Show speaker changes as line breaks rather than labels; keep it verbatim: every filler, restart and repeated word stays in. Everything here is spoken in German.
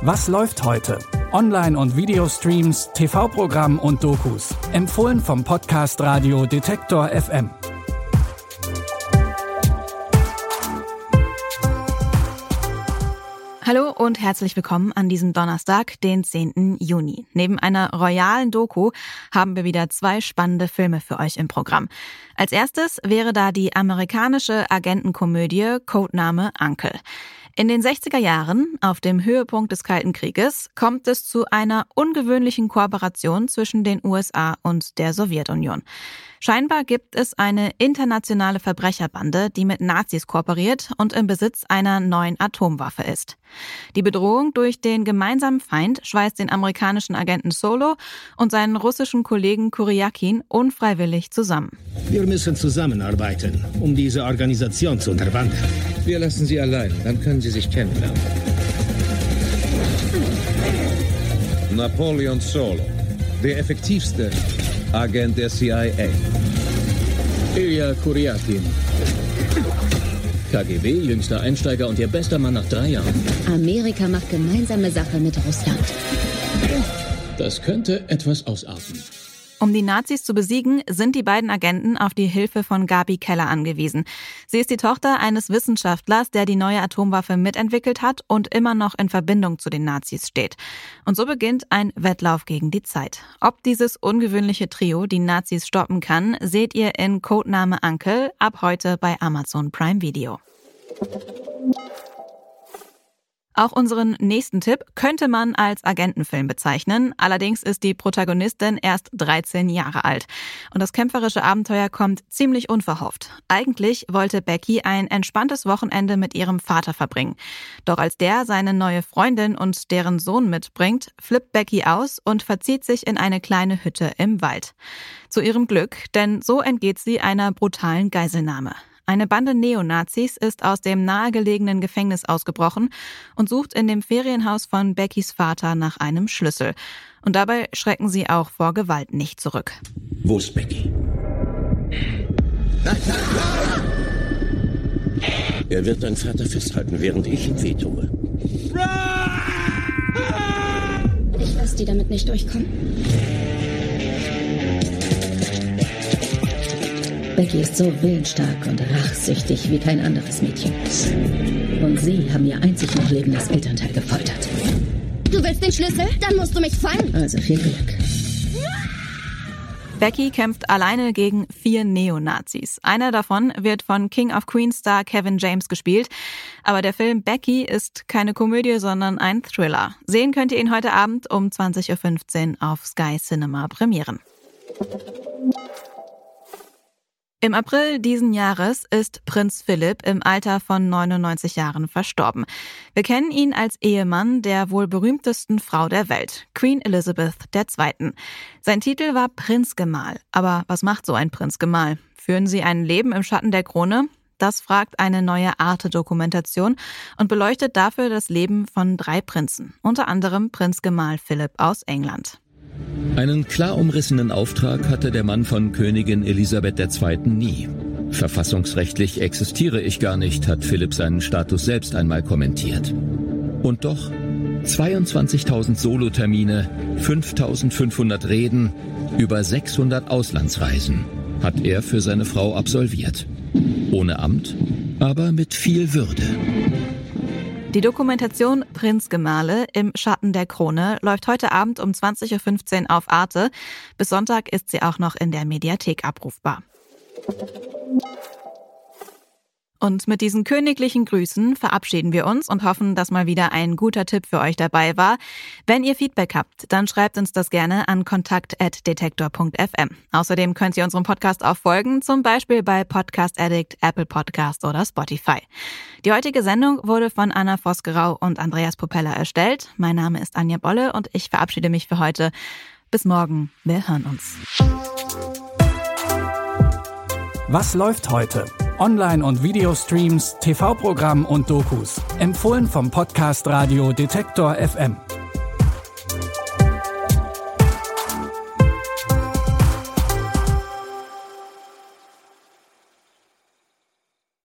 Was läuft heute? Online- und Videostreams, T V-Programm und Dokus. Empfohlen vom Podcast Radio Detektor F M.
Hallo und herzlich willkommen an diesem Donnerstag, den zehnten Juni. Neben einer royalen Doku haben wir wieder zwei spannende Filme für euch im Programm. Als erstes wäre da die amerikanische Agentenkomödie Codename Uncle. In den sechziger Jahren, auf dem Höhepunkt des Kalten Krieges, kommt es zu einer ungewöhnlichen Kooperation zwischen den U S A und der Sowjetunion. Scheinbar gibt es eine internationale Verbrecherbande, die mit Nazis kooperiert und im Besitz einer neuen Atomwaffe ist. Die Bedrohung durch den gemeinsamen Feind schweißt den amerikanischen Agenten Solo und seinen russischen Kollegen Kuryakin unfreiwillig zusammen.
Wir müssen zusammenarbeiten, um diese Organisation zu unterwandern.
Wir lassen sie allein, dann können sie sich kennenlernen. Napoleon Solo, der effektivste Agent der C I A.
Ilya Kuryakin, K G B, jüngster Einsteiger und ihr bester Mann nach drei Jahren.
Amerika macht gemeinsame Sache mit Russland.
Das könnte etwas ausarten.
Um die Nazis zu besiegen, sind die beiden Agenten auf die Hilfe von Gabi Keller angewiesen. Sie ist die Tochter eines Wissenschaftlers, der die neue Atomwaffe mitentwickelt hat und immer noch in Verbindung zu den Nazis steht. Und so beginnt ein Wettlauf gegen die Zeit. Ob dieses ungewöhnliche Trio die Nazis stoppen kann, seht ihr in Codename Uncle ab heute bei Amazon Prime Video. Auch unseren nächsten Tipp könnte man als Agentenfilm bezeichnen. Allerdings ist die Protagonistin erst dreizehn Jahre alt. Und das kämpferische Abenteuer kommt ziemlich unverhofft. Eigentlich wollte Becky ein entspanntes Wochenende mit ihrem Vater verbringen. Doch als der seine neue Freundin und deren Sohn mitbringt, flippt Becky aus und verzieht sich in eine kleine Hütte im Wald. Zu ihrem Glück, denn so entgeht sie einer brutalen Geiselnahme. Eine Bande Neonazis ist aus dem nahegelegenen Gefängnis ausgebrochen und sucht in dem Ferienhaus von Beckys Vater nach einem Schlüssel. Und dabei schrecken sie auch vor Gewalt nicht zurück.
Wo ist Becky?
Er wird deinen Vater festhalten, während ich ihm wehtue.
Ich lasse die damit nicht durchkommen. Becky ist so willensstark und rachsüchtig wie kein anderes Mädchen. Und sie haben ihr einzig noch lebendes Elternteil gefoltert.
Du willst den Schlüssel? Dann musst du mich fangen.
Also viel Glück.
Becky kämpft alleine gegen vier Neonazis. Einer davon wird von King of Queens Star Kevin James gespielt. Aber der Film Becky ist keine Komödie, sondern ein Thriller. Sehen könnt ihr ihn heute Abend um zwanzig Uhr fünfzehn auf Sky Cinema premieren. Im April diesen Jahres ist Prinz Philipp im Alter von neunundneunzig Jahren verstorben. Wir kennen ihn als Ehemann der wohl berühmtesten Frau der Welt, Queen Elizabeth der Zweite. Sein Titel war Prinzgemahl. Aber was macht so ein Prinzgemahl? Führen sie ein Leben im Schatten der Krone? Das fragt eine neue Arte-Dokumentation und beleuchtet dafür das Leben von drei Prinzen, unter anderem Prinzgemahl Philipp aus England.
Einen klar umrissenen Auftrag hatte der Mann von Königin Elisabeth der Zweite nie. Verfassungsrechtlich existiere ich gar nicht, hat Philipp seinen Status selbst einmal kommentiert. Und doch zweiundzwanzigtausend Solotermine, fünftausendfünfhundert Reden, über sechshundert Auslandsreisen hat er für seine Frau absolviert. Ohne Amt, aber mit viel Würde.
Die Dokumentation Prinzgemahle im Schatten der Krone läuft heute Abend um zwanzig Uhr fünfzehn auf Arte. Bis Sonntag ist sie auch noch in der Mediathek abrufbar. Und mit diesen königlichen Grüßen verabschieden wir uns und hoffen, dass mal wieder ein guter Tipp für euch dabei war. Wenn ihr Feedback habt, dann schreibt uns das gerne an kontakt at detektor punkt f m. Außerdem könnt ihr unserem Podcast auch folgen, zum Beispiel bei Podcast Addict, Apple Podcast oder Spotify. Die heutige Sendung wurde von Anna Vosgerau und Andreas Popella erstellt. Mein Name ist Anja Bolle und ich verabschiede mich für heute. Bis morgen, wir hören uns.
Was läuft heute? Online- und Videostreams, T V-Programm und Dokus. Empfohlen vom Podcast Radio Detektor F M.